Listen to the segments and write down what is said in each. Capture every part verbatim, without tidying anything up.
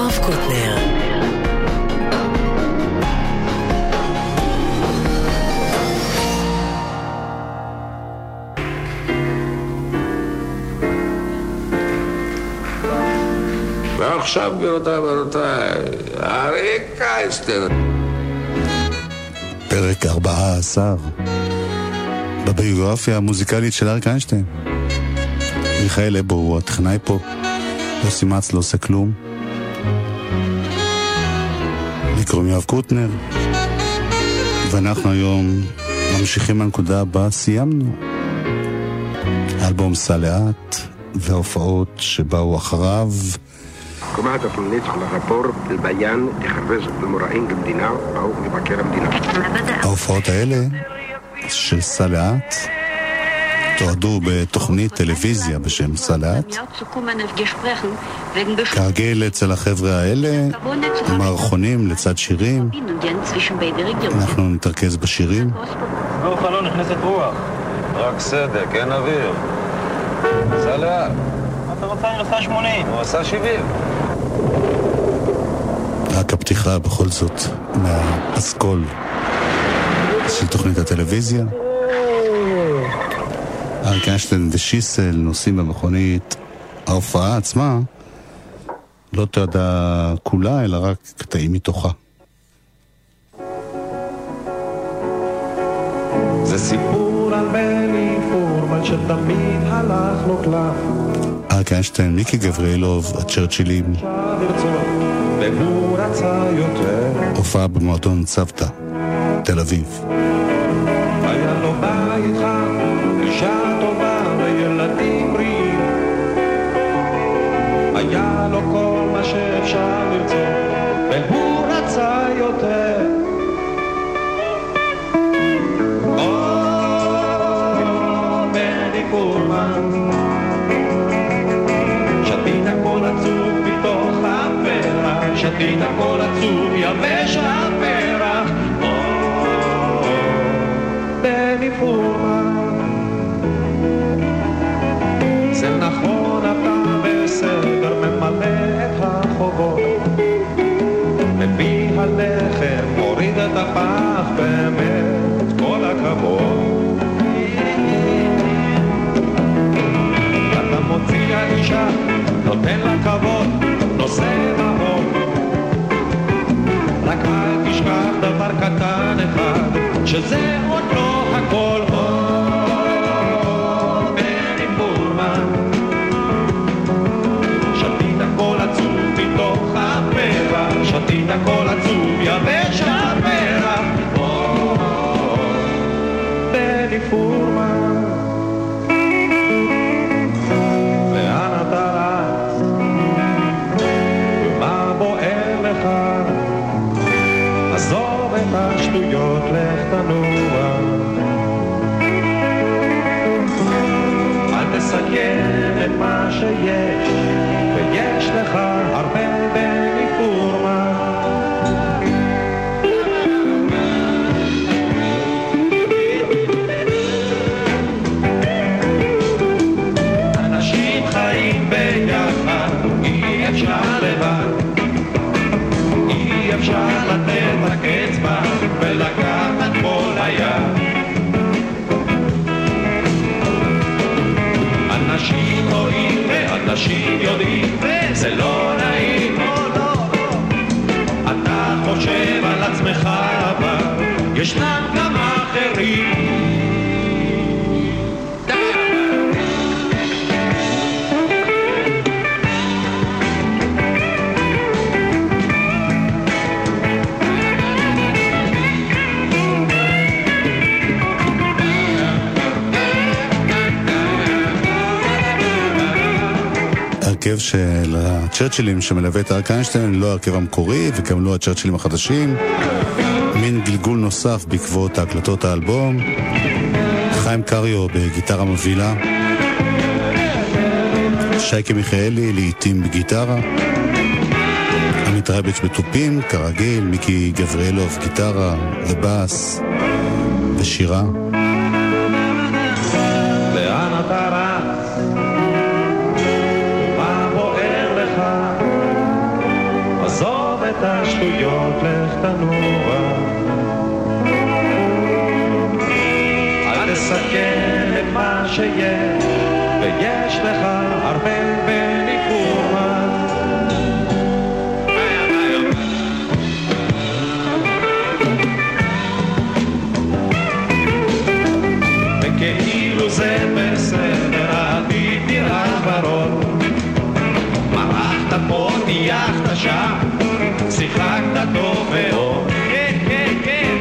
יואב קוטנר. ועכשיו גבירותיי ורבותיי, אריק איינשטיין. פרק ארבע עשרה בביוגרפיה המוזיקלית של אריק איינשטיין. מיכאל אבו הוא הטכנאי פה, יוסי מצ לא עושה כלום. לי קוראים יואב קוטנר, ואנחנו היום ממשיכים מהנקודה הבאה. סיימנו אלבום סלעת וההופעות שבאו אחריו. קומעת הפלנית של הרפור לביין תחרבז למוראים במדינה באו מבקר המדינה. ההופעות האלה של סלעת תועדו בתוכנית טלוויזיה בשם סלעת. כרגיל אצל החבר'ה האלה, מערכונים לצד שירים. אנחנו נתרכז בשירים. לא חלון, נכנסת רוח. רק סדק, אין אוויר. סלעת. אתה רוצה אני עושה שמונים, הוא עשה שבעים. רק הפתיחה בכל זאת מהפסקול של תוכנית הטלוויזיה. אריק איינשטיין ושיסל נוסעים במכונית. ההופעה עצמה לא תועדה כולה, אלא רק קטעים מתוכה. זה סיפור על בני פורמן שתמיד הלך לו קלף. אריק איינשטיין, מיקי גבריאלוב, הצ'רצ'ילים. והוא רצה יותר. הופעה במועדון צוותא, תל אביב. היה לו בית חם, אישה טובה וילדים בריאים. היה לו כל מה שאפשר לרצות, והוא רצה יותר. או, בני פורמן, שתית הכל עצוב מתוך הפרח, שתית הכל עצוב יבש הפרח. או, בני פורמן, זה נכון אתה בסדר ממלא את החובות, מביא הלחם מוריד את הפח, באמת כל הכבוד. אתה מוציא האישה, נותן לה כבוד, נושא מהות, רק אל תשכח דבר קטן אחד, שזה עוד לא הכל. בני פורמן, שתית הכל עצוב מתוך הפרח, שתית הכל עצוב יבש הפרח. בני פורמן, לאן אתה רץ? ומה בוער לך? עזוב את השטויות, לך תנוע. אל תסכן את מה שיש, ויש לך הרבה. בני פורמן, אנשים חיים ביחד, אי אפשר לבד, אי אפשר לתת רק אצבע ולקחת כל היד. אנשים רואים ואנשים יודעים וזה לא נעים. אתה חושב על עצמך אבל ישנם גם אחרים. הרכב של הצ'רצ'ילים שמלווה את אריק איינשטיין, לא הרכב המקורי וגם לא הצ'רצ'ילים החדשים, מין גלגול נוסף בעקבות ההקלטות האלבום. חיים קריו בגיטרה מובילה, שייקה מיכאלי לעיתים בגיטרה, עמית רייביץ' בטופים כרגיל, מיקי גבריאלוב גיטרה ובאס ושירה. לאן אתה רץ? מה בוער לך? תסתכל מה שיש, ויש לך הרבה בני פורמן. וכאילו זה בסדר, עתיד נראה ורוד. מרחת פה, נייחת שם, שיחקת טוב מאוד. כן, כן, כן.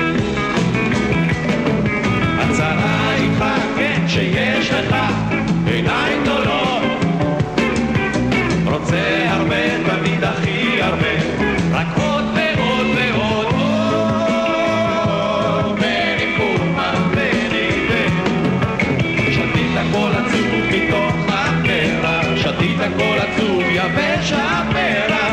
הצרה איתך, כן, שיש לך עיניים גדולות. רוצה הרבה, תמיד הכי הרבה, רק עוד ועוד ועוד. בני פורמן, בני בני, שתית הכל עצוב מתוך הפרח, שתית הכל עצוב יבש הפרח.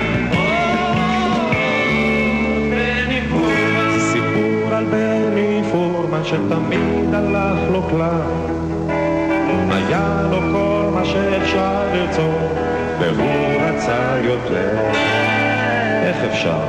בני פורמן, זה סיפור על בני פורמן שתמיד הלך לו כלל, היה לו כל מה שאפשר לרצות, והוא רצה יותר. איך אפשר?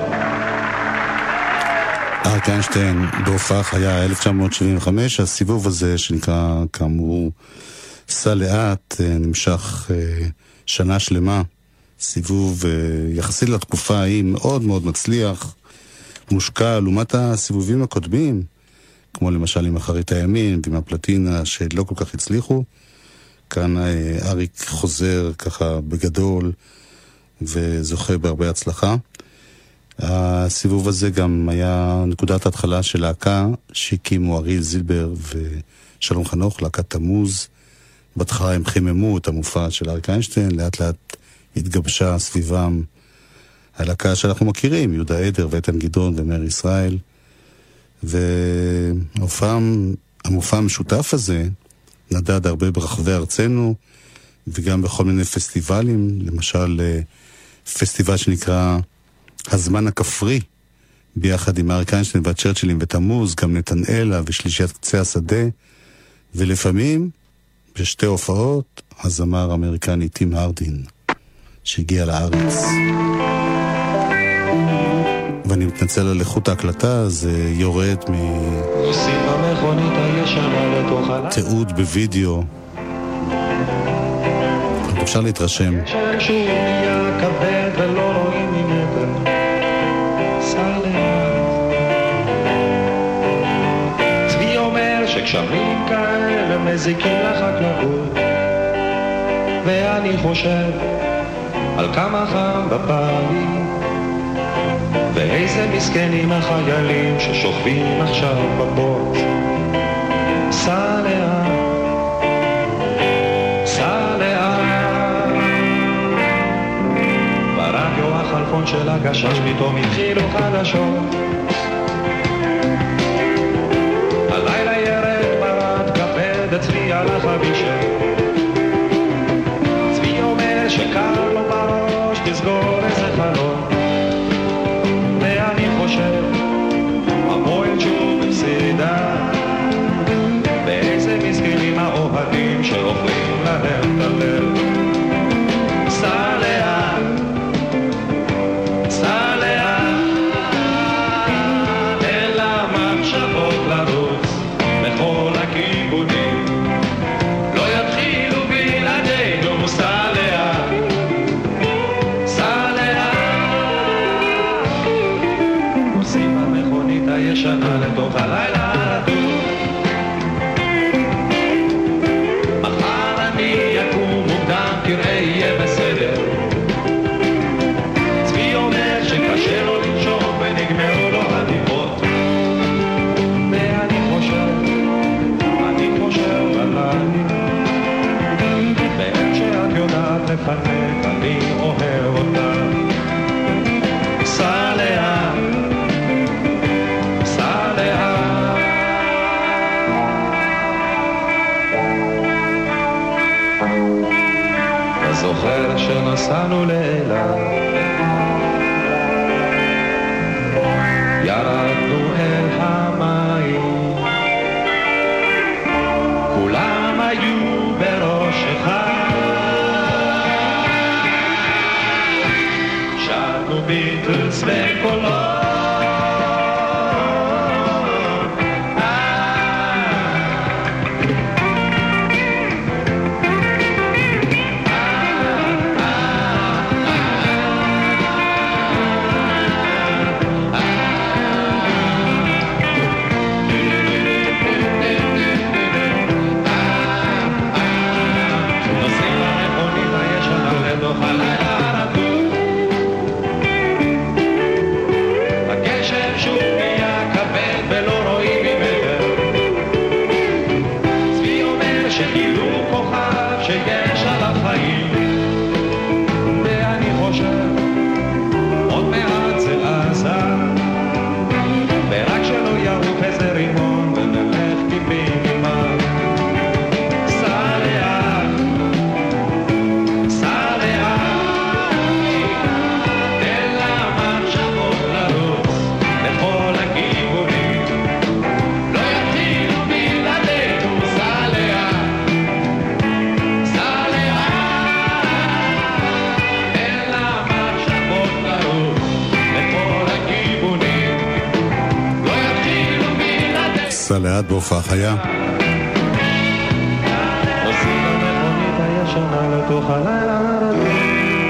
אריק איינשטיין בהופעה היה אלף תשע מאות שבעים וחמש, הסיבוב הזה שנקרא כאמור סע לאט נמשך שנה שלמה, סיבוב יחסית לתקופה ההיא מאוד מאוד מצליח, מושקע לעומת הסיבובים הקודמים, כמו למשל עם אחרית הימין ועם הפלטינה שלא כל כך הצליחו. כאן אריק חוזר ככה בגדול וזוכה בהרבה הצלחה. הסיבוב הזה גם היה נקודת ההתחלה של להקה שהקימו אריאל זילבר ושלום חנוך, להקת תמוז. בהתחלה הם חיממו את המופע של אריק איינשטיין, לאט לאט התגבשה סביבם הלהקה שאנחנו מכירים, יהודה עדר ואיתן גדעון ומאיר ישראל. והמופע המשותף הזה נדד הרבה ברחבי ארצנו וגם בכל מיני פסטיבלים, למשל פסטיבל שנקרא הזמן הכפרי ביחד עם אריק איינשטיין והצ'רצ'ילים ותמוז, גם נתנאלה ושלישיית קצה השדה, ולפעמים בשתי הופעות הזמר האמריקני טים הרדין שהגיע לארץ. ואני מתנצל על איכות ההקלטה, זה יורד מתיעוד בווידאו, אפשר להתרשם. צבי אומר שגשמים כאלה מזיקים לחקלאות, ואני חושב על כמה חם בבית, ואיזה מסכנים החיילים ששוכבים עכשיו בבוץ. סע לאט, סע לאט. ברדיו החלפון של הגשש פתאום התחילו חדשות. הלילה ירד ברד כבד אצלי על החבישה. צבי אומר שקר לו בראש תסגור איזה חלון, המועד שוב הפסידה, באיזה מסכנים האוהדים שאוכלים להם את הלב. סע לאט, סע לאט, אל המחשבות לרוץ בכל הכיוונים, לא יתחילו בלעדינו. סע לאט, סע לאט, עושים המכונית הישנה לתוך הלילה הרטוב. מחר אני יקום מוקדם, תראה יהיה בסדר. צבי אומר שקשה לו לנשום ונגמרו לו הדיבות, ואני חושב, אני חושב עליי, ואין שאת יודעת לפנק אני אוהב אותה. סע לאט, סע לאט, אתה זוכר שנסענו לאילת, ירדנו אל המים, כולם היו בראש אחד, שרנו ביטלס וקולות, סלעת בהופעה חיה. נוסעים במכונית הישנה לתוך הלילה הרגיל.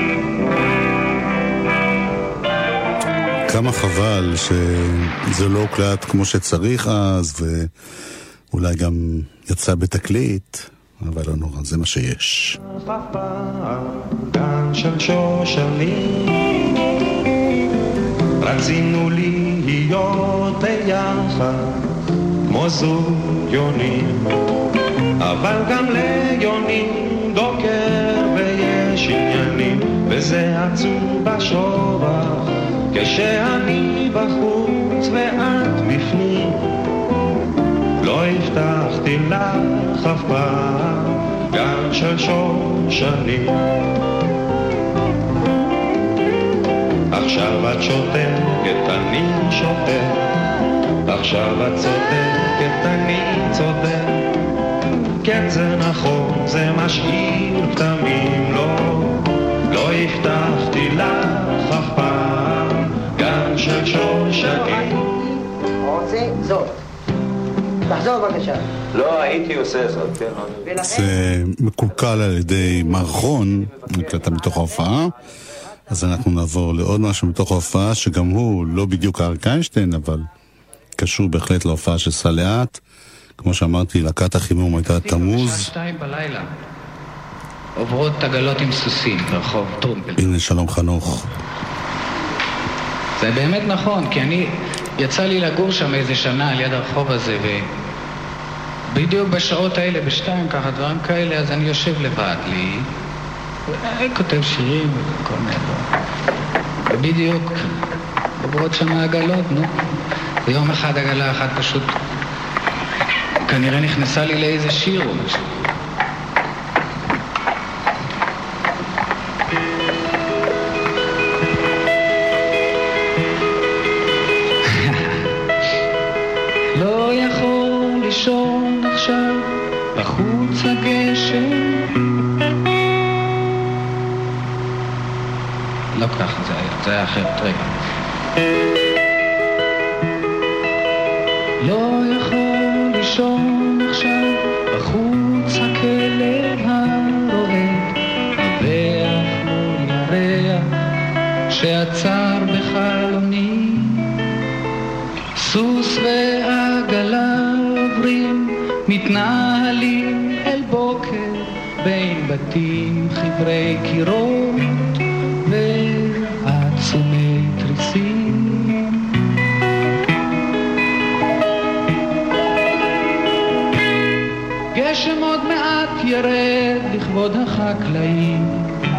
כמה חבל שזה לא הוקלט כמו שצריך אז, ואולי גם יצא בתקליט, אבל לא נורא, זה מה שיש. גן של שושנים, רצינו להיות ביחד כמו זוג יונים, אבל גם ליונים דוקר ויש עניינים, וזה עצוב בשובח כשאני בחוץ ואת בפנים. לא הבטחתי לך אף פעם גן של שושנים, עכשיו את שותקת אני שותק, עכשיו את צודקת אני צודק, כן זה נכון זה משאיר פתמים, לא לא הבטחתי לך אף פעם גן של שושנים. רוצה זאת, תחזור בבקשה. לא, הייתי עושה זאת, כן. זה מקולקל על ידי מערכון, נקלטה מתוך ההופעה, אז אנחנו נעבור לעוד משהו מתוך ההופעה, שגם הוא לא בדיוק אריק איינשטיין, אבל קשור בהחלט להופעה של סלעת. כמו שאמרתי, להקת החימום הייתה תמוז. בשעה שתיים בלילה עוברות עגלות עם סוסים ברחוב טרומפל. הנה שלום חנוך. זה באמת נכון, כי אני יצא לי לגור שם איזה שנה על יד הרחוב הזה, ובדיוק בשעות האלה, בשתיים ככה, דברים כאלה, אז אני יושב לבד לי, כותב שירים וכל מיני דברים. ובדיוק עוברות שם עגלות, נו. ויום אחד עגלה אחת פשוט כנראה נכנסה לי לאיזה שיר או משהו. לא יכול לישון עכשיו בחוץ הגשם. לא ככה זה היה, זה היה אחרת, רגע. לא יכול לישון עכשיו בחוץ הכלב הרועד, הבח מול ירח שעצר בחלוני, סוס ועגלה עוברים מתנהלים אל בוקר בין בתים חברי קירות ועצומי תריסים. גשם עוד מעט ירד לכבוד החקלאים,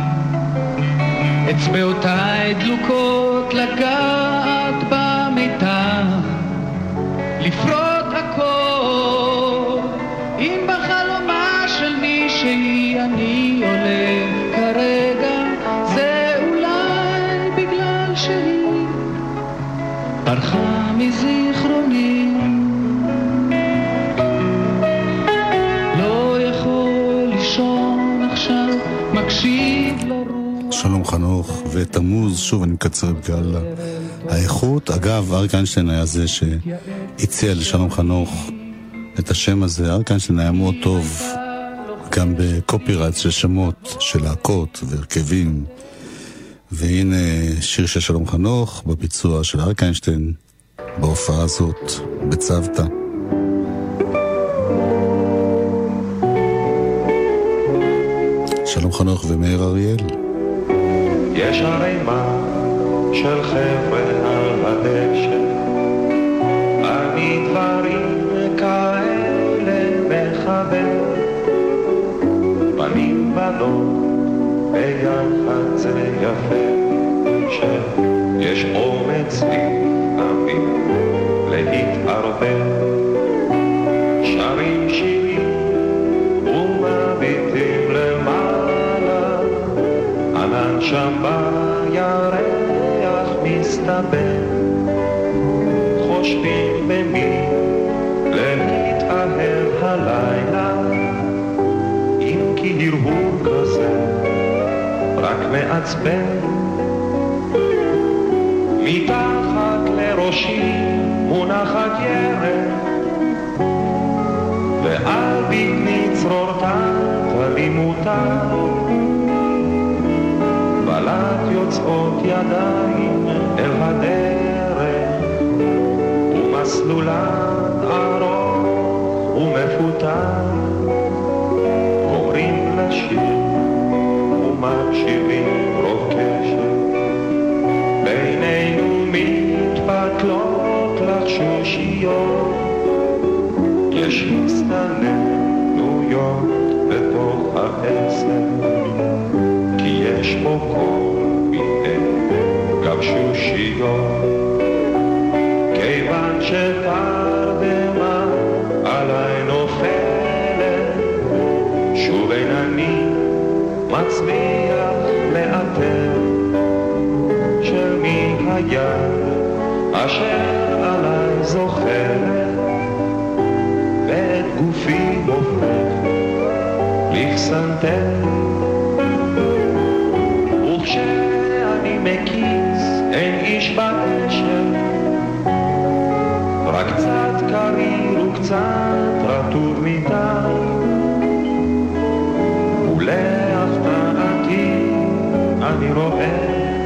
אצבעותיי דלוקות לגעת במיטה, לפרוט הכל. אם בחלומה של מישהי אני עולה כרגע, זה אולי בגלל שהיא פרחה מזיכרוני. לא יכול לישון עכשיו, מקשיב לרוח. שלום חנוך ותמוז, שוב אני מקצר בגלל האיכות. אגב, אריק איינשטיין היה זה שהציע לשלום חנוך את השם הזה. אריק איינשטיין היה מאוד טוב גם בקופירייט של שמות של להקות והרכבים, והנה שיר של שלום חנוך בביצוע של אריק איינשטיין בהופעה הזאת בצוותא. שלום חנוך ומאיר אריאל. יש ערימה של חבר'ה על הדשא, אני דברים כאלה מחבר, בנים בנות ביחד זה יפה, שיש אומץ לפעמים להתערבב, שרים שירים ומביטים למעלה, ענן שם בירח מסתבר, חושבים במי להתאהב הלילה, אם כי הרהור כזה רק מעצבן. מתחת לראשי מונחת ירד, מביט נצרורתת אלימותה, בלט יוצאות ידיים אל הדרך, ומסלולת ארוך ומפותח, קוראים לשיר ומקשיבים רוב קשר, בינינו מתפתלות לחשושיות, יש הסתננויות בתוך העשר, כי יש פה כל מיני גם שושיות, כיוון שתרדמה עליי נופלת, שוב אין אני מצליח לאתר של מי היד אשר עליי זוכרת, ואת גופי הופך לפסנתר, וכשאני מקיס אין איש באשר, רק קצת קריר וקצת רטוב מתחת, ולהפתעתי אני רואה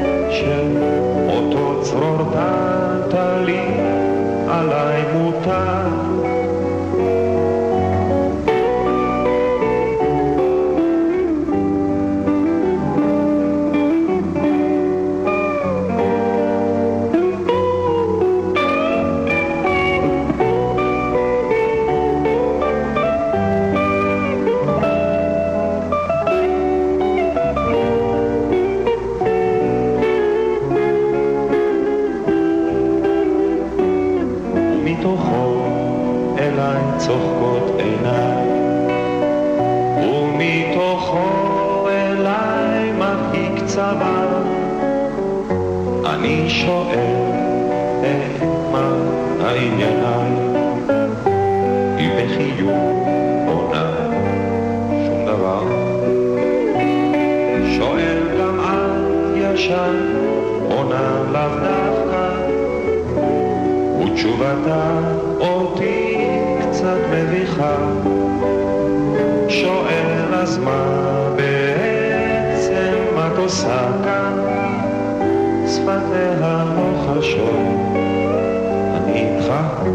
שאותו צרור טלטלי עליי מוטל, צוחקות עיניי, ומתוכו אליי מפיק צבא, אני שואל מה הענייניי, היא בחיוך עונה שום דבר, שואל גם על ישן עונה לאו דווקא, ותשובתה אותי קצת מביכה, שואל אז מה בעצם את עושה כאן, שפתיה לוחשות, אני איתך,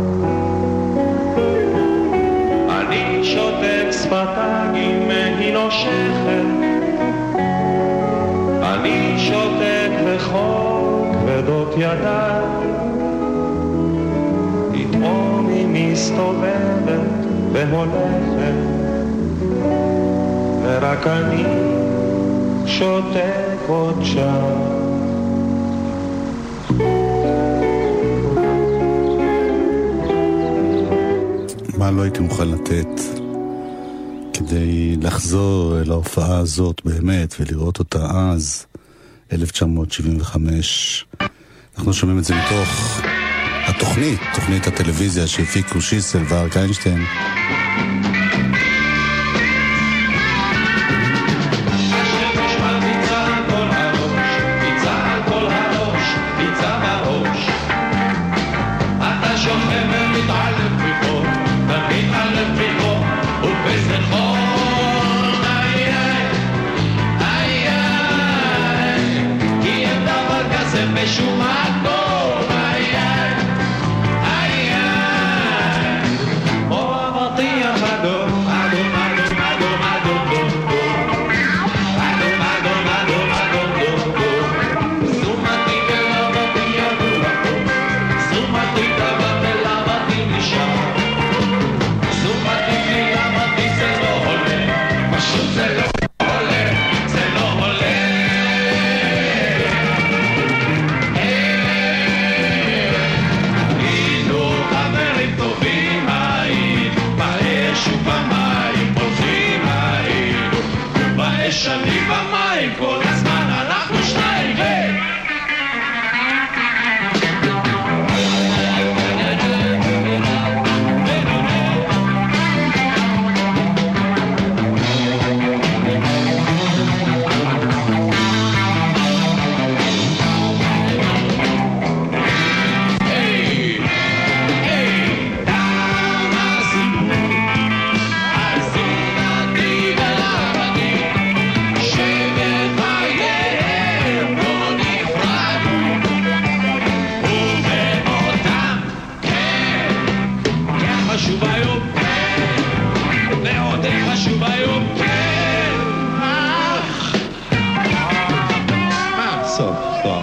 אני שותק שפתיים היא נושכת, אני שותק וחוק כבדות ידיי, פתאום היא מסתובבת והולכת, ורק אני שותק עוד שם. מה לא הייתי מוכן לתת כדי לחזור אל ההופעה הזאת באמת ולראות אותה אז, אלף תשע מאות שבעים וחמש. אנחנו שומעים את זה מתוך התוכנית, תוכנית הטלוויזיה שהפיקו שיסל ואריק איינשטיין. דעותיך שוב היום, כן, אך. מה? סוף, טוב.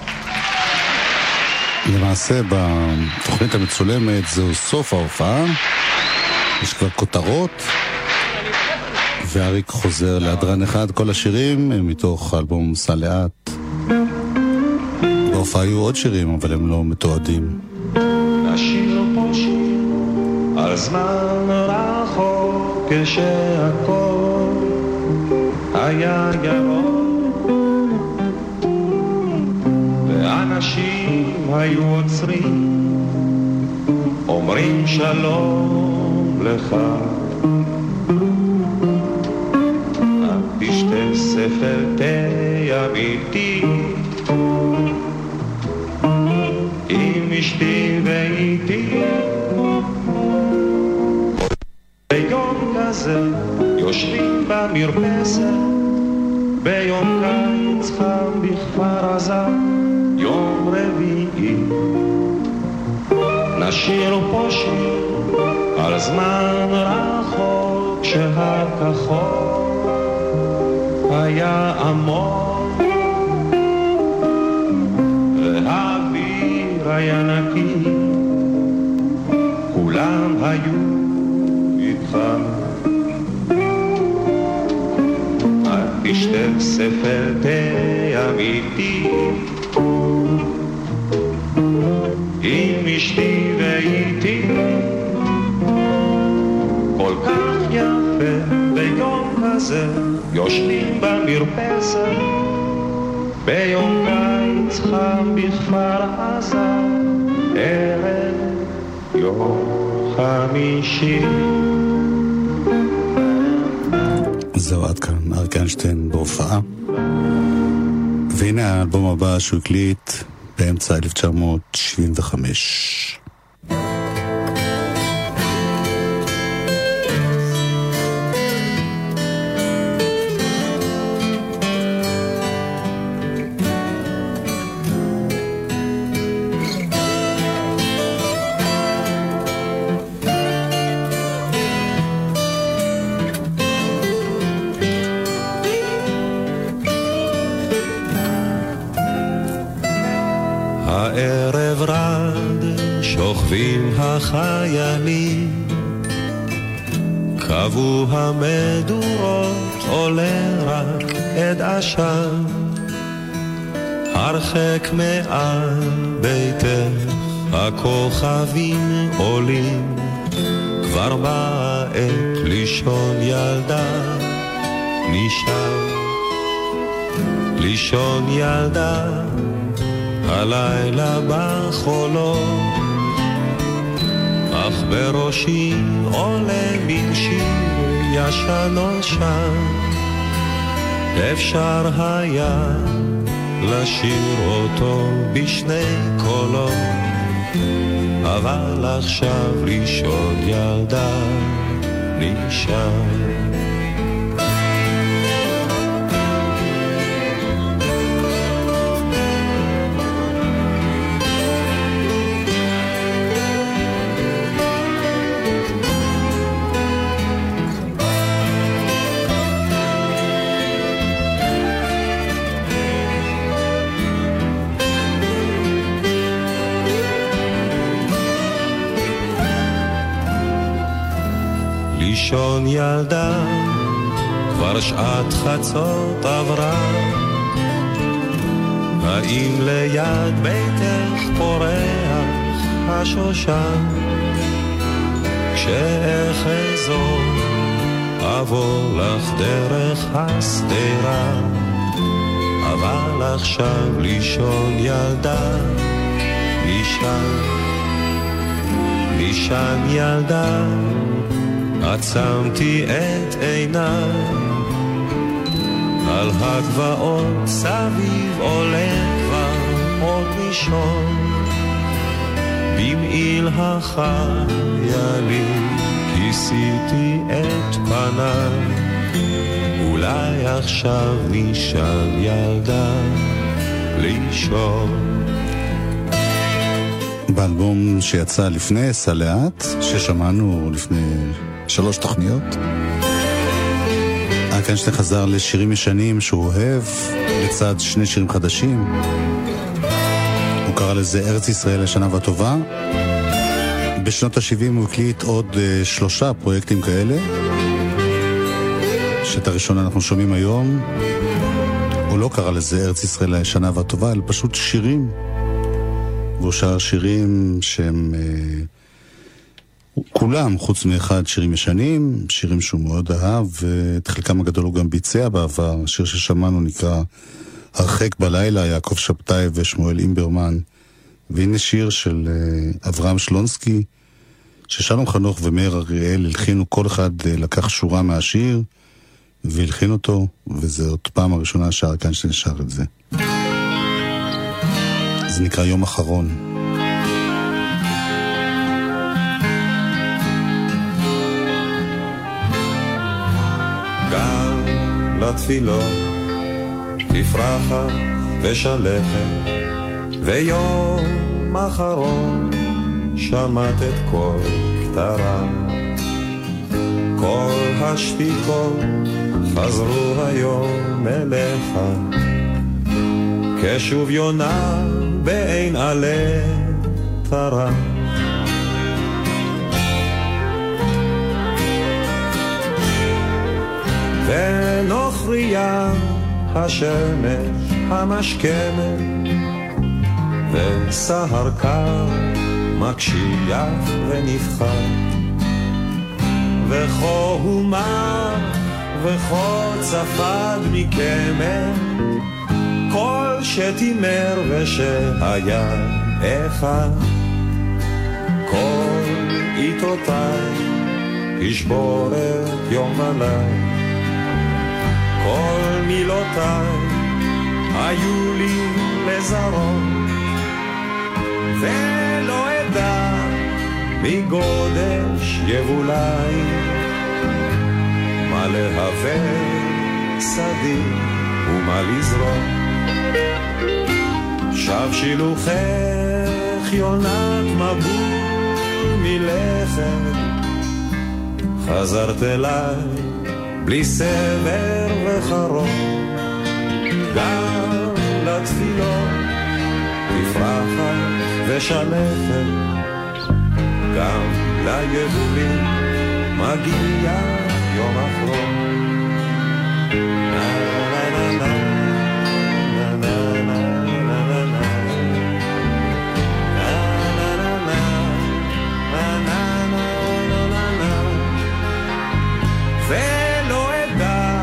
למעשה בתוכנית המצולמת זהו סוף ההופעה, יש כבר כותרות, ואריק חוזר להדרן אחד. כל השירים הם מתוך אלבום סע לאט. בהופעה היו עוד שירים, אבל הם לא מתועדים. נשיר פה שיר על זמן רחוק, כשהכל היה ירוק ואנשים היו עוצרים, אומרים שלום לך, תשתה ספר תה אמיתי עם אשתי ואיתי. ביום כזה יושבים במרפסת, ביום קיץ חם בכפר עזה, יום רביעי נשיר פה שיר על זמן רחוק, שהכחול היה עמוק והאוויר היה נקי, כולם היו איתך. תשתה ספר תה אמיתי עם אשתי ואיתי, כל כך יפה ביום כזה יושבים במרפסת, ביום קיץ חם בכפר עזה, ערב יום חמישי. זהו, עד כאן אריק איינשטיין בהופעה. והנה האלבום הבא שהוא הקליט באמצע אלף תשע מאות שבעים וחמש. הערב רד, שוכבים החיילים, קבעו המדורות, עולה רק עד עשן, הרחק מעל ביתך הכוכבים עולים, כבר באה עת לישון ילדה, נשאר לישון ילדה, הלילה בחולות, אך בראשי עולה מן שיר ישן שם, אפשר היה לשיר אותו בשני קולות, אבל עכשיו לישון ילדה נשאר. לישון ילדה, כבר שעת חצות עברה, האם ליד ביתך פורח השושן, כשאחזור אבוא לך דרך הסתירה, אבל עכשיו לישון ילדה, לישן, לישן ילדה, עצמתי את עיניי, על הגבעות סביב עולה כבר עוד לישון, במעיל החיילים כיסיתי את פניי, אולי עכשיו נשאל ילדה לישון. באלבום שיצא לפני סע לאט, ששמענו לפני שלוש תוכניות, אריק איינשטיין חזר לשירים ישנים שהוא אוהב, לצד שני שירים חדשים. הוא קרא לזה ארץ ישראל לשנה והטובה. בשנות ה-שבעים הוא הקליט עוד uh, שלושה פרויקטים כאלה, שאת הראשון אנחנו שומעים היום. הוא לא קרא לזה ארץ ישראל לשנה והטובה, אלא פשוט שירים. והוא שר שירים שהם uh, כולם, חוץ מאחד, שירים ישנים, שירים שהוא מאוד אהב, ואת חלקם הגדול הוא גם ביצע בעבר. השיר ששמענו נקרא הרחק בלילה, יעקב שבתאי ושמואל אימברמן. והנה שיר של uh, אברהם שלונסקי, ששלום חנוך ומאיר אריאל הלחינו, כל אחד uh, לקח שורה מהשיר והלחין אותו, וזאת פעם הראשונה שאריק איינשטיין שר את זה. זה נקרא יום אחרון. גם לתפילות תפרחה ושלכת, ויום אחרון שמעת את כל כתרה, כל השתיקות חזרו היום אליך, כשוב יונה בעין עלה תרה. ונוכריה השמש המשכמת, וסהר קר מקשיח ונבחר, וכה הומר וכה צפד מקמר, כל שתימר ושהיה אחד, כל עיתותיי ישבור את יום וליל, כל מילותיי היו לי לזרום, ולא אדע מגודש יבולי מה להווה שדי ומה לזרום. שב שילוחך יונת מבול מלכת, חזרת אליי בלי סבר וחרום, גם לתפילות תפרחה ושלכת, גם ליבולים מגיע יום אחרון. ולא אדע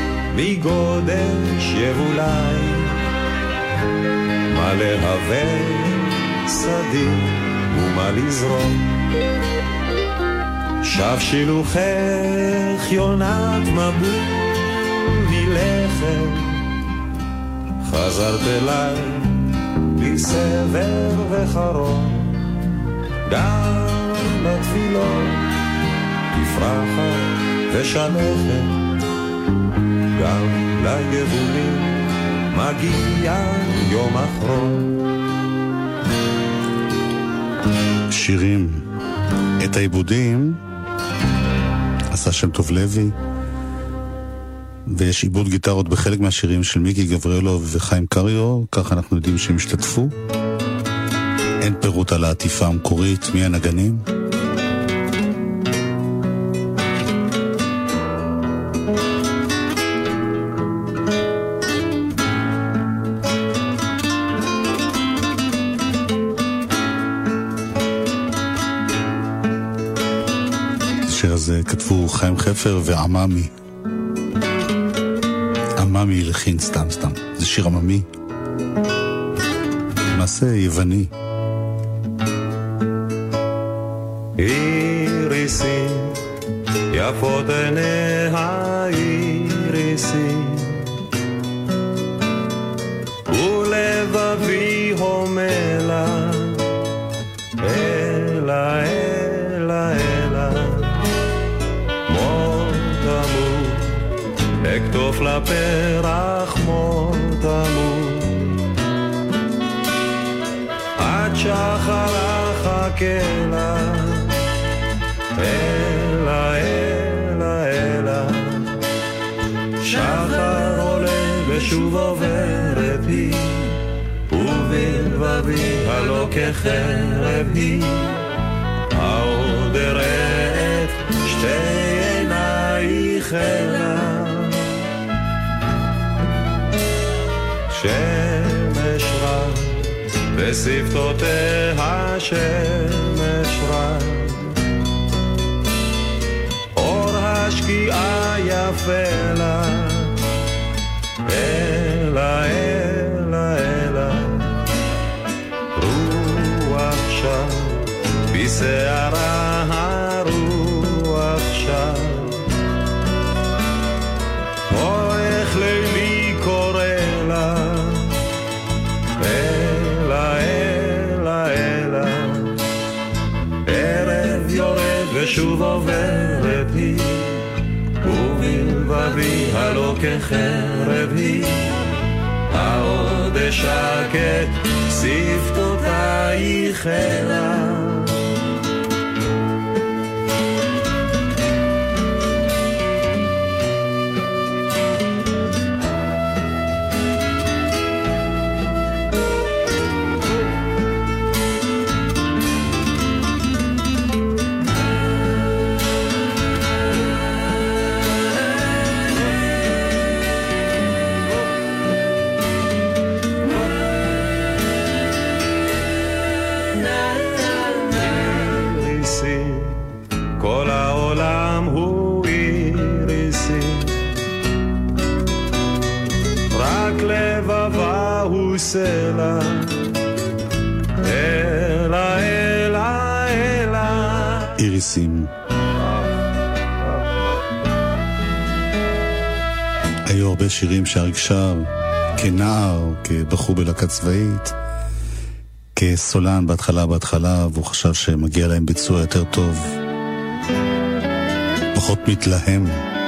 מגודש יבולי מה להווה שדי ומה לזרום. שב שילוחך יונת מבול מלכת, חזרת אליי בלי סבר וחרון, גם לתפילות תפרחה ושלכת, גם ליבולים מגיע יום אחרון. שירים. את העיבודים עשה שם טוב לוי, ויש עיבוד גיטרות בחלק מהשירים של מיקי גבריאלוב וחיים קריו, כך אנחנו יודעים שהם השתתפו. אין פירוט על העטיפה המקורית, מי הנגנים. השיר הזה כתבו חיים חפר ועממי. עממי לחין סתם סתם. זה שיר עממי. מעשה יווני. איריסים, יפות עיניה איריסים, ולבבי הומלה, אלה אלה אלה, מות אמות, אקטוף לפרח מות אמות, עד שחר אחכה לה, אלה אלה אלה, ושוב עוברת היא, ובלבבי הלא כחרב היא, העוד אראה את שתי עינייך אליו. שמש רב ושפתותיה שמש רב, אור השקיעה יפה לה, אלה אלה אלה, רוח שם בשערה הרוח שם, או איך לילי קורא לה, אלה אלה אלה, ערב יורד ושוב עוברת היא, ובלבבי הלא כחרב היא, העוד אשקט שפתותייך אליו. סלע, אלה אלה אלה, איריסים. היו הרבה שירים שאריק שר כנער, כבחור בלהקה צבאית, כסולן בהתחלה בהתחלה, והוא חשב שמגיע להם ביצוע יותר טוב, פחות מתלהם.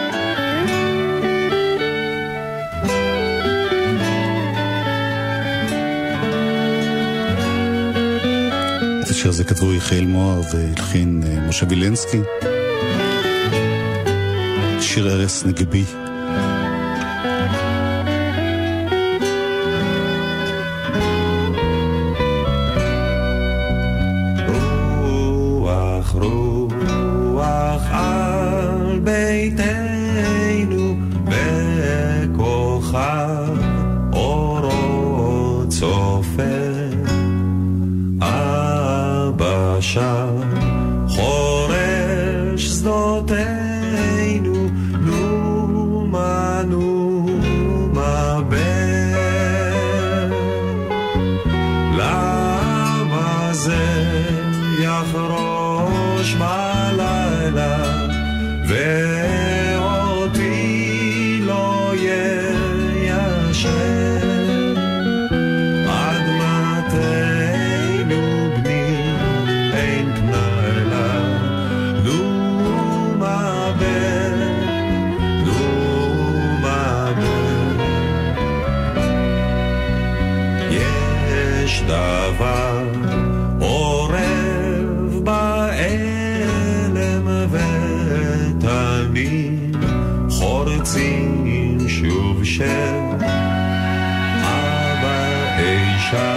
השיר הזה כתבו יחיאל מוהר והלחין משה וילנסקי, שיר ארס נגבי. רוח רוח על ביתנו בכוכב אורות צופר, שם חורש שדותינו, נומה נומה בר, למה זה יחרוש בלילה ואותי לא יישן, עד מתינו דבר עורב באלם ותנים חורצים שוב של אבא אישה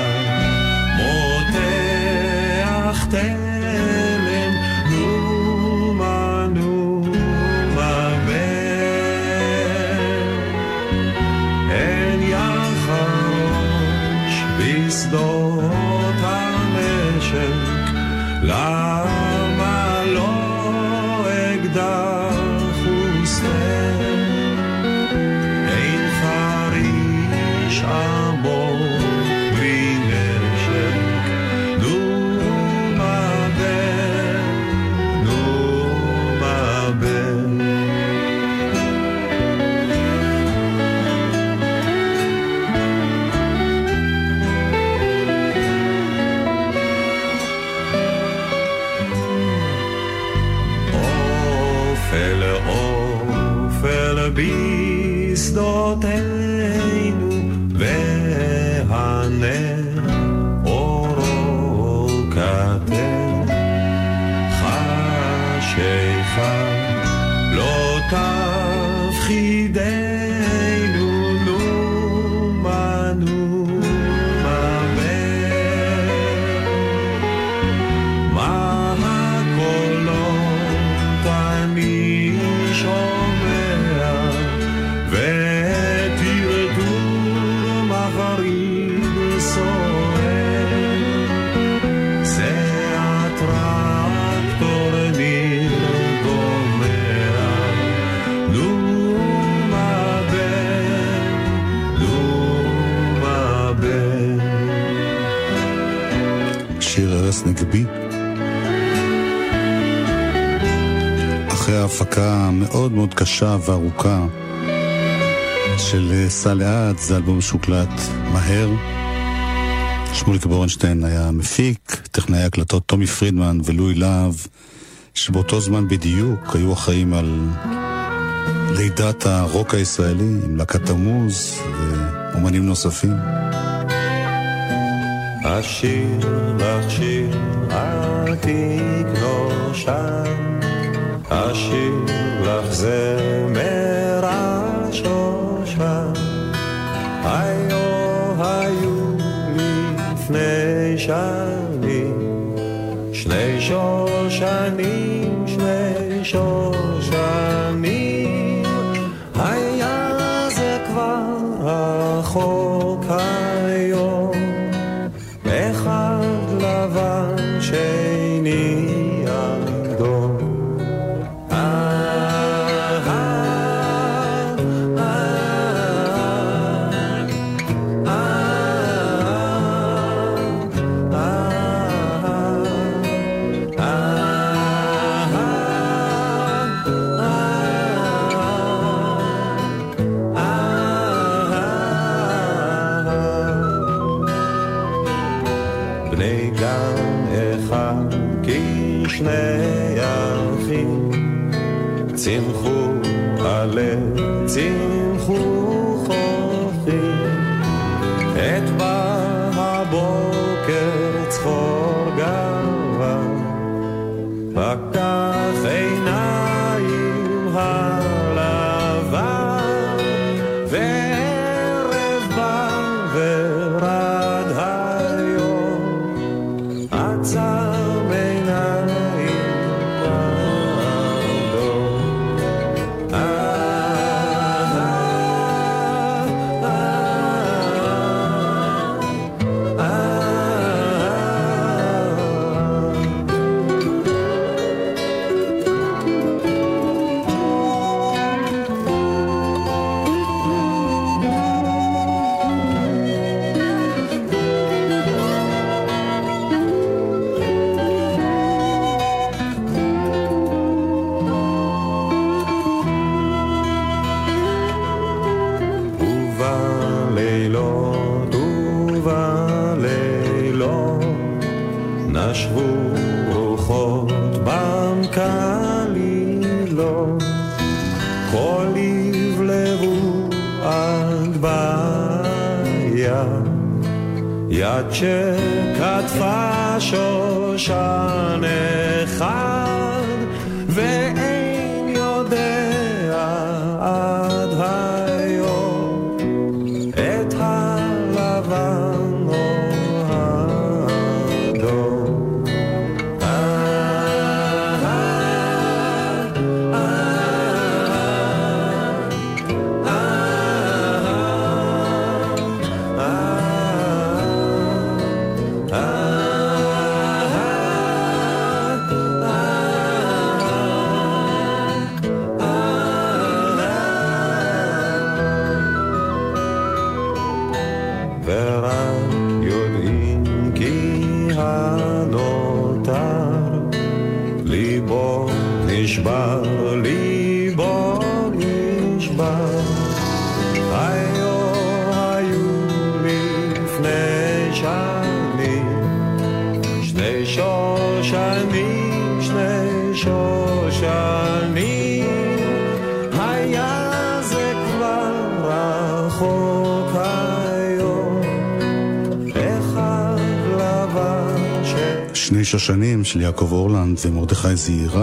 מותח תלם, נומה נומה בר, אין יחרוש בשדות המשק, למה לא אקדח וסתר, אין חריש עמוק בלי נשק, נומה בר, נומה בר. בשדותינו והנר אורו כתר, חשיכה לא תפחידנו, נומה עמוס נגבי. אחרי ההפקה מאוד מאוד קשה וארוכה של סלעד, זה אלבום שהוקלט מהר. שמוליק בורנשטיין היה מפיק, טכנאי הקלטות תומי פרידמן ולואי להב, שבאותו זמן בדיוק היו אחראים על לידת הרוק הישראלי עם להקת תמוז ואומנים נוספים. השיר לך שיר עתיק נושן, השיר לך זמר השושן, היו היו לפני שנים שני שושנים, שני שושנים, היה זה כבר רחוק היום, אחד לבן שני אדום. בני גן אחד כשני אחים, צמחו הלב, צמחו חופים, את בא הבוקר צחור גאווה, פקח עיניים הלבן, וערב בא ורד היום, עצם עיניים האדום. ובלילות ובלילות נשבו רוחות במקלילות, כל לבלבו עד בים, יד שכתפה שושן אחד, ואין יודע עד היום את הלבן או האדום. ורק יודעים כי הנותר ליבו נשבר, ליבו נשבר, היו היו לפני שנים שני שושנים, שני שושנים, היה זה כבר רחוק היום, אחד לבן ש... שני שושנים של יעקב אורלנד ומרדכי זעירה,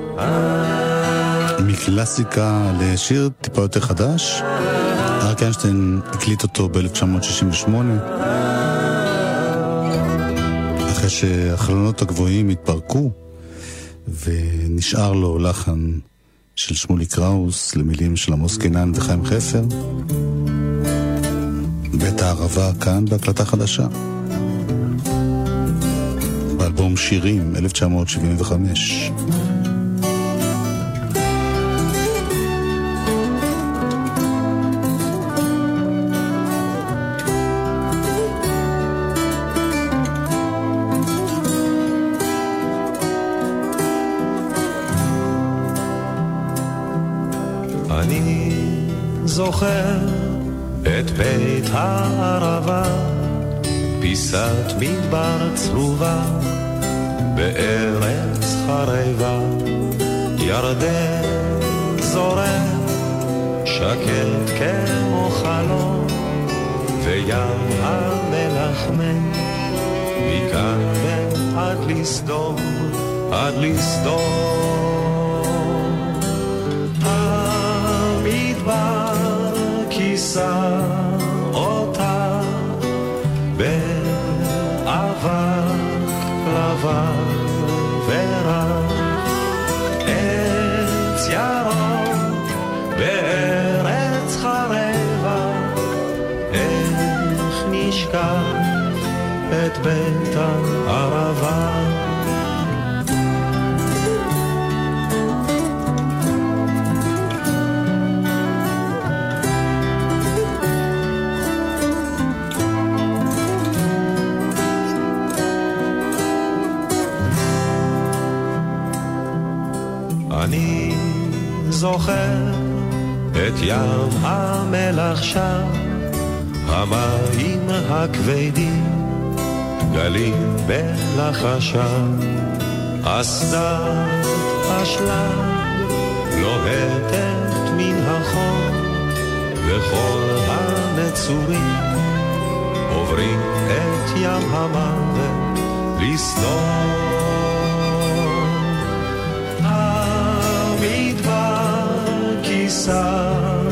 מקלאסיקה לשיר טיפה יותר חדש. אריק איינשטיין הקליט אותו ב-אלף תשע מאות שישים ושמונה, אחרי שהחלונות הגבוהים התפרקו ונשאר לו לחן של שמוליק קראוס למילים של עמוס קינן וחיים חפר. בית הערבה כאן בהקלטה חדשה באלבום שירים אלף תשע מאות שבעים וחמש. אני זוכר את בית הערבה, פיסת מדבר צלובה בארץ חרבה, ירדן זורם שקט כמו חלום, וים המלח מת מכאן ועד לסדום, עד לסדום. המדבר כיסה אותה באבק לבן ורק, עץ ירוק בארץ חרבה, איך נשכח את בית הערבה. אני זוכר את ים המלח שם, המים הכבדים גלים בלחשה, אסדת אשלג לוהטת מן החור, וכל הנצורים עוברים את ים המוות לסדום. המדבר כיסה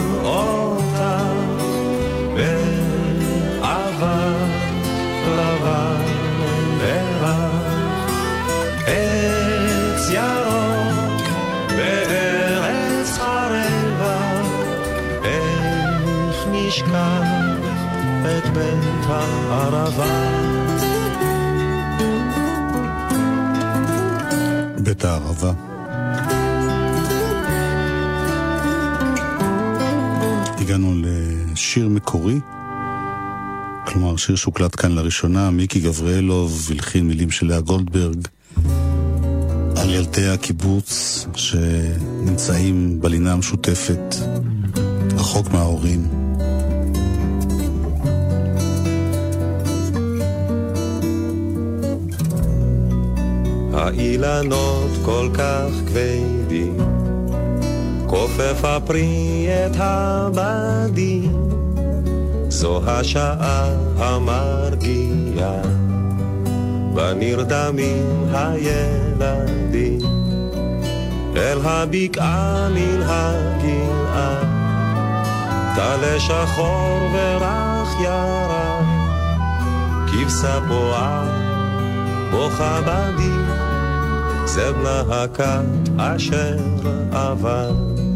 אותך באבק לבן ורק, עץ ירוק בארץ חרבה, איך נשכח את בית הערבה. בית הערבה. הגענו לשיר מקורי, כלומר שיר שהוקלט כאן לראשונה, מיקי גבריאלוב הלחין מילים של לאה גולדברג, על ילדי הקיבוץ שנמצאים בלינה המשותפת רחוק מההורים. האילנות כל כך כבדים, כופף הפרי את הבדים, זו השעה המרגיעה, בנרדמים הילדים, אל הבקעה מן הגלעה, תלה שחור ורח ירק, כבשה פועה בוכה בדים, זה בנה הכת אשר עבר.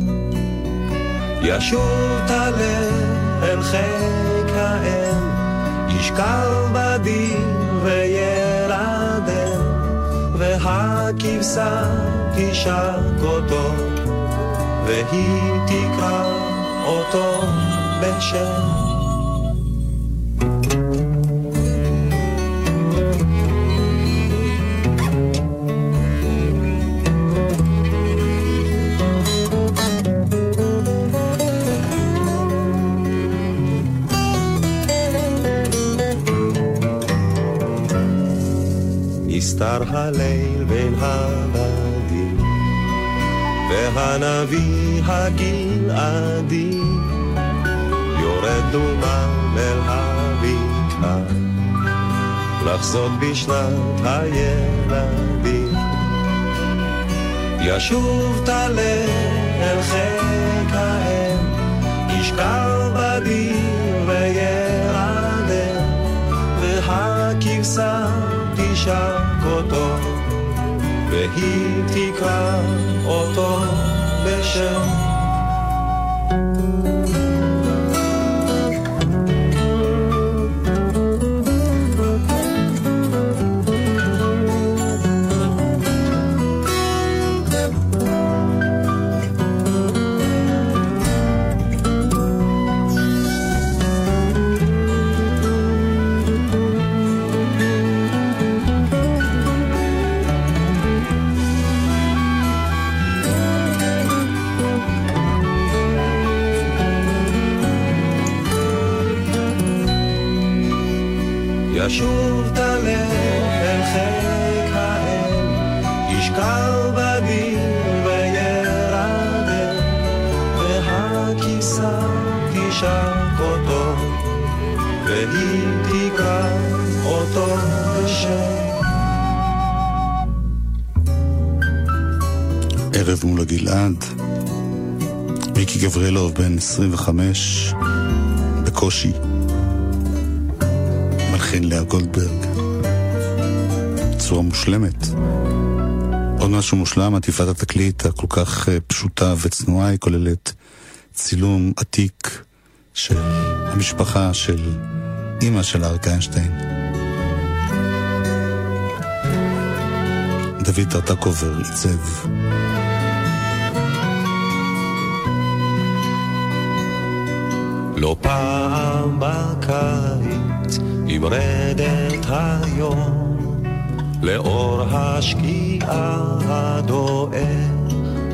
ישוב תלה אל חיק האם, ישכב בדיר וילדם, והכבשה תשק אותו, והיא תקרא אותו בשם. נסתר הליל בין הבדים, והנביא הגלעדי יורד דומם אל הבקעה, לחזות בשנת הילדים. ישוב תלה אל חיק האם, ישכב בדיר וירדם, והכבשה תשק אותו, והיא תקרא אותו בשם. ישוב תלך אל חיק האל, ישקל בדיר וירדם, והכיסה תשק אותו, והיא תקרא אותו בשם. ערב מול הגלעד, מיקי גבריאלוב בן עשרים וחמש, בקושי, מלחין לאה גולדברג, צורה מושלמת. עוד משהו מושלם, עטיפת התקליט הכל כך פשוטה וצנועה, היא כוללת צילום עתיק של המשפחה של אמא של אריק איינשטיין, דוד טרטקובר עיצב. לא פעם בקיץ ימרדת היום לאור השקיעה הדואר,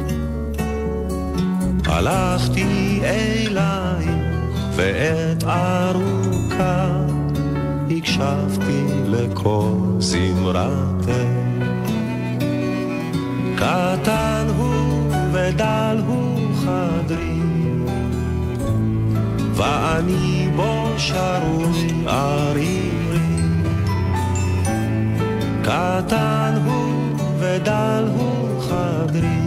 הלכתי אלייך ועת ארוכה הקשבתי לקול זמרתך. קטן הוא ודל הוא חדרי, ואני בו שרוי ערירי. קטן הוא ודל הוא חדרי,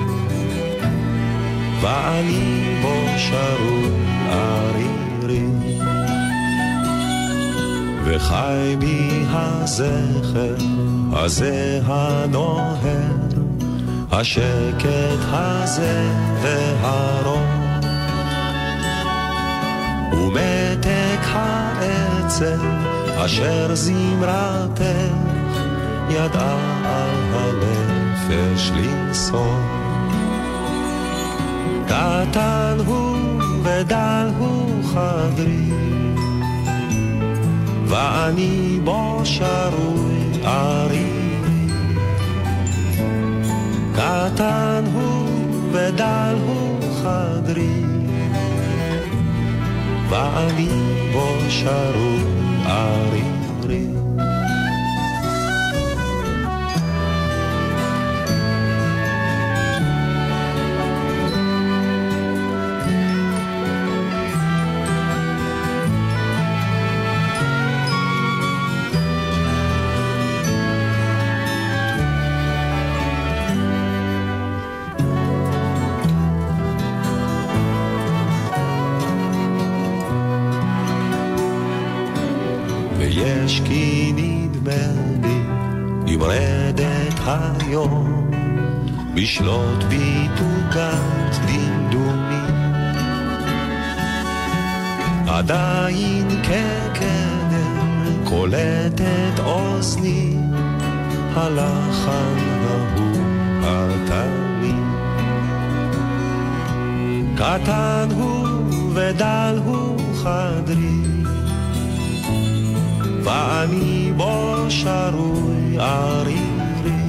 ואני בו שרוי ערירי. וחי בי הזכר הזה הנוהר, השקט הזה והרוב, ומתק העצם אשר זמרתך ידעה על הנפש לנסוע. קטן הוא ודל הוא חדרי, ואני בו שרוי ערירי. קטן הוא ודל הוא חדרי, ואני בו שרוי ערירי. יש כי נדמה לי ימרדת היום בשלות ביתוגת דמדומי, עדיין כקדם קולטת אוזני הלחן ההוא התמיד. קטן הוא ודל הוא חדרי, ואני בו שרוי ערירי.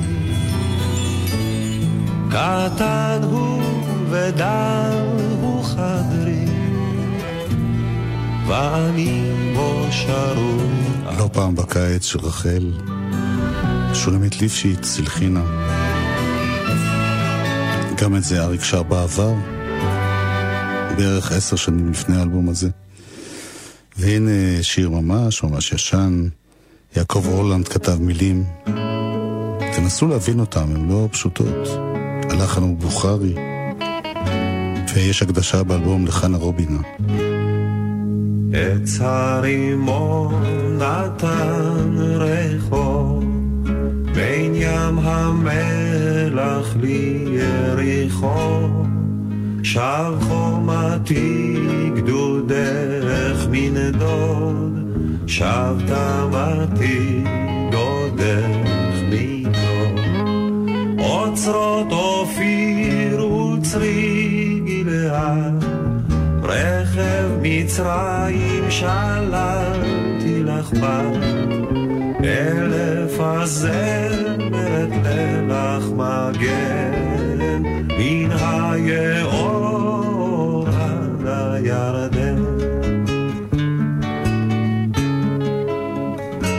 קטן הוא ודל הוא חדרי, ואני בו שרוי. לא פעם בקיץ של רחל, שולמית ליפשיץ הלחינה. גם את זה אריק שר בעבר, בערך עשר שנים לפני האלבום הזה. והנה שיר ממש ממש ישן, יעקב אורלנד כתב מילים, תנסו להבין אותם, הן לא פשוטות. הלחן הוא בוכרי, ויש הקדשה באלבום לחנה רובינה. את הרימון נתן רחוב בין ים המלח לי יריחו, שב חומתי גדודך מנדוד, שב תמתי דודך מדוד. אוצרות אופיר וצרי גלעד, רכב מצרים שללתי לך בת, אלף הזמרת ללך מגן, מן היאור עד הירדן.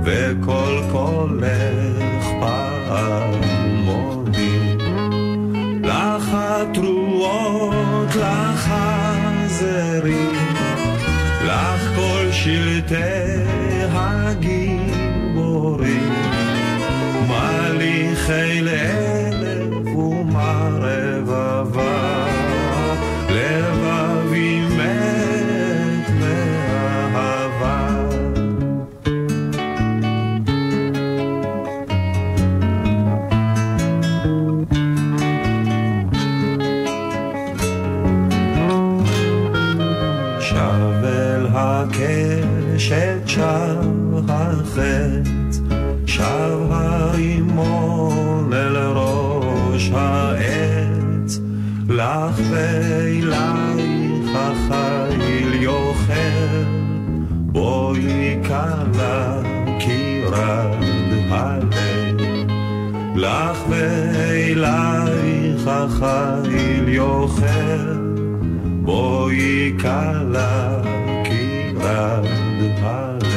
בכל קולך פעמוני, לך התרועות, לך הזרים, לך כל שלטי הגיבורים, מליכי לאלף ומה רבבה, לבבי מת מאהבה. שב אל הקשת, שב החץ, שב הרימון אל ראש העץ, לך ואילייך החיל יוכל, בואי קלה כי רד הלב, לך ואילייך החיל יוכל, בואי קלה כי רד הלב.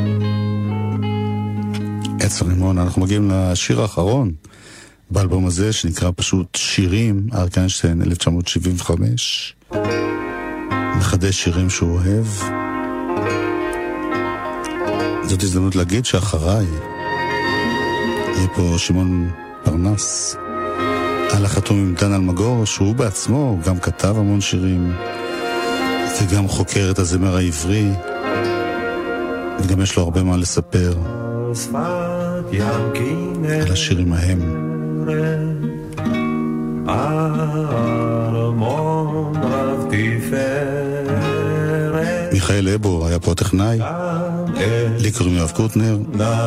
עץ הרימון. אנחנו מגיעים לשיר האחרון באלבום הזה, שנקרא פשוט שירים, אריק איינשטיין, אלף תשע מאות שבעים וחמש, מחדש שירים שהוא אוהב. זאת הזדמנות להגיד שאחריי יהיה פה שמעון פרנס, על החתום עם דן אלמגור, שהוא בעצמו גם כתב המון שירים וגם חוקר את הזמר העברי, וגם יש לו הרבה מה לספר על השירים ההם. מיכאל אבו היה פה טכנאי, לי קוראים יואב קוטנר.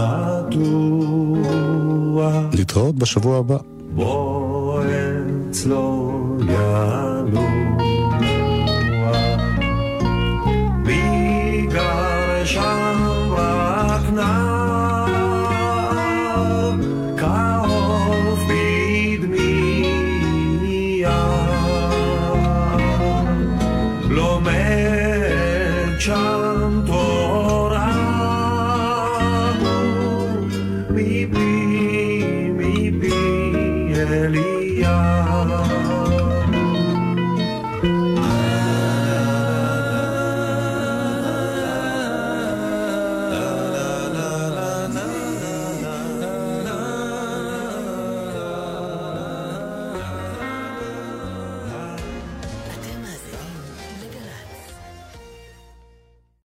להתראות בשבוע הבא. בוא אצלו ינוע מגר שם